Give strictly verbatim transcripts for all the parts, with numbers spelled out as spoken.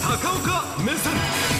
高岡目線。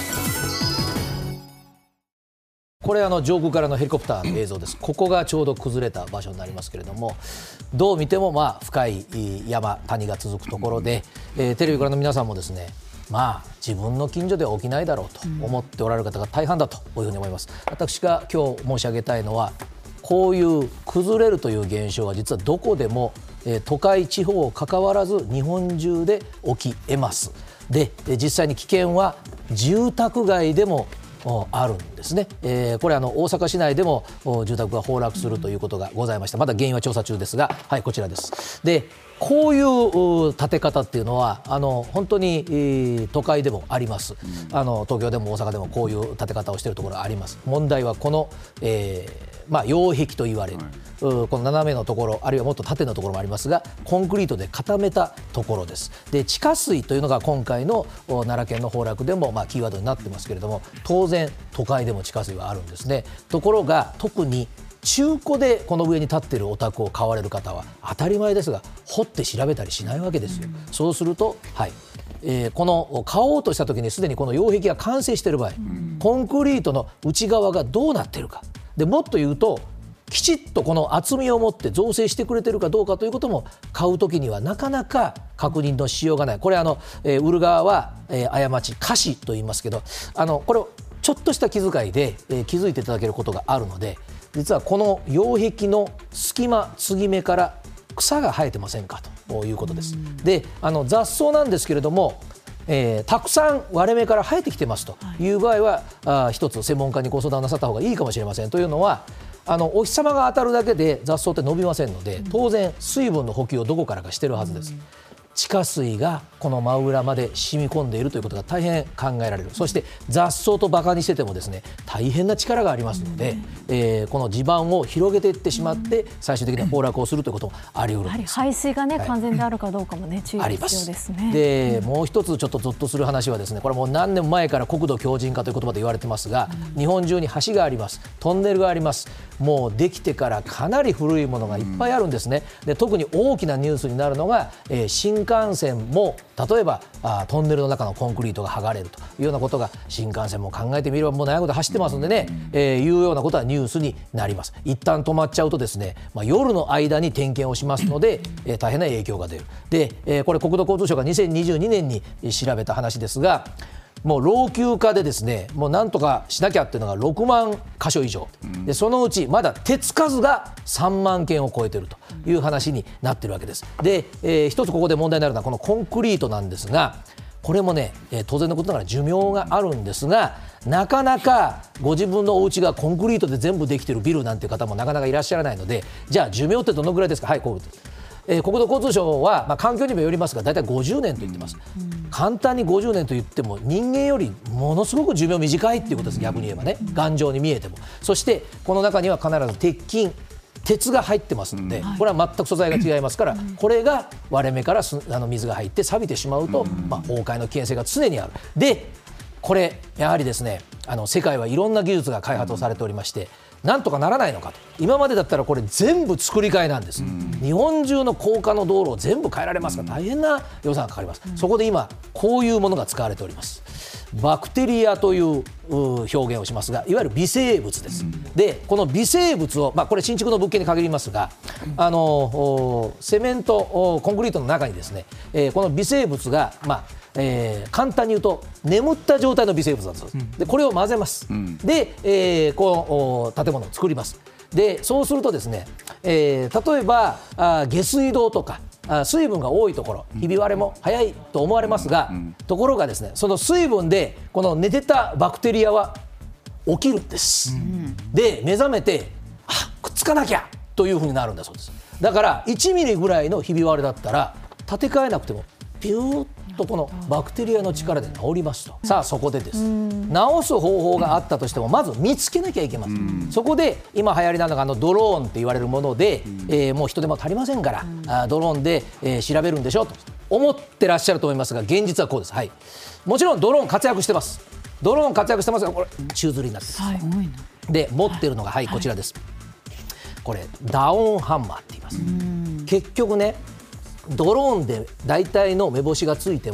これあの上空からのヘリコプターの映像です。ここがちょうど崩れた場所になりますけれども、どう見てもまあ深い山谷が続くところで、えー、テレビからの皆さんもですね、まあ自分の近所では起きないだろうと思っておられる方が大半だとこういうふうに思います。私が今日申し上げたいのは、こういう崩れるという現象は実はどこでも、えー、都会地方を関わらず日本中で起き得ます。で、実際に危険は住宅街でもあるんですね。えー、これあの大阪市内でも住宅が崩落するということがございました。まだ原因は調査中ですが、はい、こちらです。で、こういう建て方っていうのはあの本当に、えー、都会でもあります。あの東京でも大阪でもこういう建て方をしているところがあります。問題はこの、えーまあ、擁壁と言われる、はい、この斜めのところ、あるいはもっと縦のところもありますが、コンクリートで固めたところです。で、地下水というのが今回の奈良県の崩落でもまあキーワードになってますけれども、当然都会でも地下水はあるんですね。ところが特に中古でこの上に立っているお宅を買われる方は当たり前ですが掘って調べたりしないわけですよ。うん、そうすると、はい、えー、この買おうとした時にすでにこの擁壁が完成している場合、うん、コンクリートの内側がどうなっているかで、もっと言うときちっとこの厚みを持って造成してくれているかどうかということも買うときにはなかなか確認のしようがない。これあの、えー、売る側は、えー、過ち過失と言いますけど、あのこれをちょっとした気遣いで、えー、気づいていただけることがあるので、実はこの擁壁の隙間継ぎ目から草が生えてませんかということです。で、あの雑草なんですけれども、えー、たくさん割れ目から生えてきてますという場合は、はい、あ一つ専門家にご相談なさった方がいいかもしれません。というのは、あのお日様が当たるだけで雑草って伸びませんので、当然水分の補給をどこからかしてるはずです。うん、地下水がこの真裏まで染み込んでいるということが大変考えられる。そして雑草とバカにしててもですね、大変な力がありますので、うん、えー、この地盤を広げていってしまって最終的には崩落をするということもあり得るんです。 排水が、ね、はい、完全であるかどうかも、ね、注意が必要ですね。で、 もう一つちょっとゾッとする話はですね、これもう何年前から国土強靭化という言葉で言われてますが、うん、日本中に橋があります、トンネルがあります。もうできてからかなり古いものがいっぱいあるんですね。で、特に大きなニュースになるのが、えー、新幹線も例えばあトンネルの中のコンクリートが剥がれるというようなことが、新幹線も考えてみればもう長いこと走ってますんでね、えー、いうようなことはニュースになります。一旦止まっちゃうとですね、まあ、夜の間に点検をしますので、えー、大変な影響が出る。で、えー、これ国土交通省がにせんにじゅうにねんに調べた話ですが、もう老朽化でですね、もうなんとかしなきゃっていうのがろくまん箇所以上で、そのうちまだ手つかずがさんまんけんを超えているという話になっているわけです。で、えー、一つここで問題になるのはこのコンクリートなんですが、これもね、えー、当然のことながら寿命があるんですが、なかなかご自分のお家がコンクリートで全部できているビルなんていう方もなかなかいらっしゃらないので、じゃあ寿命ってどのぐらいですか。はい、こうえー、国土交通省は、まあ、環境にもよりますがだいたいごじゅうねんと言ってます。うん、簡単にごじゅうねんと言っても人間よりものすごく寿命短いっていうことです。逆に言えばね、頑丈に見えても。そしてこの中には必ず鉄筋、鉄が入ってますので、これは全く素材が違いますから、これが割れ目からすあの水が入って錆びてしまうと、まあ、崩壊の危険性が常にある。で、これやはりですね、あの世界はいろんな技術が開発をされておりまして、なんとかならないのかと。今までだったらこれ全部作り替えなんです。日本中の高架の道路を全部変えられますから大変な予算がかかります。そこで今こういうものが使われております。バクテリアという表現をしますが、いわゆる微生物です。で、この微生物を、まあ、これ新築の物件に限りますが、あのセメントコンクリートの中にですね、えー、この微生物が、まあえー、簡単に言うと眠った状態の微生物だそうです。で、これを混ぜます。で、えー、この建物を作ります。で、そうするとですね、えー、例えばあ下水道とかあ水分が多いところ、ひび割れも早いと思われますが、ところがですね、その水分でこの寝てたバクテリアは起きるんです。で、目覚めてあくっつかなきゃというふうになるんだそうです。だからいちミリぐらいのひび割れだったら建て替えなくてもピューッとこのバクテリアの力で治りますと。さあそこでです、治す方法があったとしてもまず見つけなきゃいけません。そこで今流行りなのがあのドローンって言われるもので、えー、もう人手も足りませんからあドローンで、えー、調べるんでしょと思ってらっしゃると思いますが、現実はこうです。はい、もちろんドローン活躍してます。ドローン活躍してますが、これ宙吊りになってます。はい、で持ってるのが、はい、こちらです。これダウンハンマーって言います。結局ね、ドローンで大体の目星がついても、はい、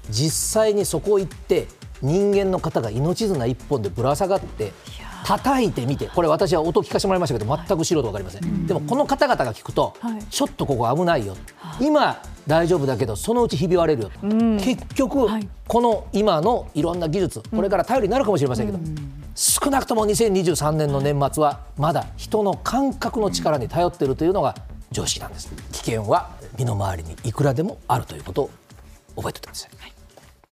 実際にそこ行って人間の方が命綱一本でぶら下がって叩いてみて、これ私は音聞かせてもらいましたけど全く素人分かりません、はい、でもこの方々が聞くと、はい、ちょっとここ危ないよ、はい、今大丈夫だけどそのうちひび割れるよと、うん、結局、はい、この今のいろんな技術これから頼りになるかもしれませんけど、うん、少なくともにせんにじゅうさんねんの年末はまだ人の感覚の力に頼っているというのが常識なんです。危険は身の回りにいくらでもあるということを覚えておいてください。はい。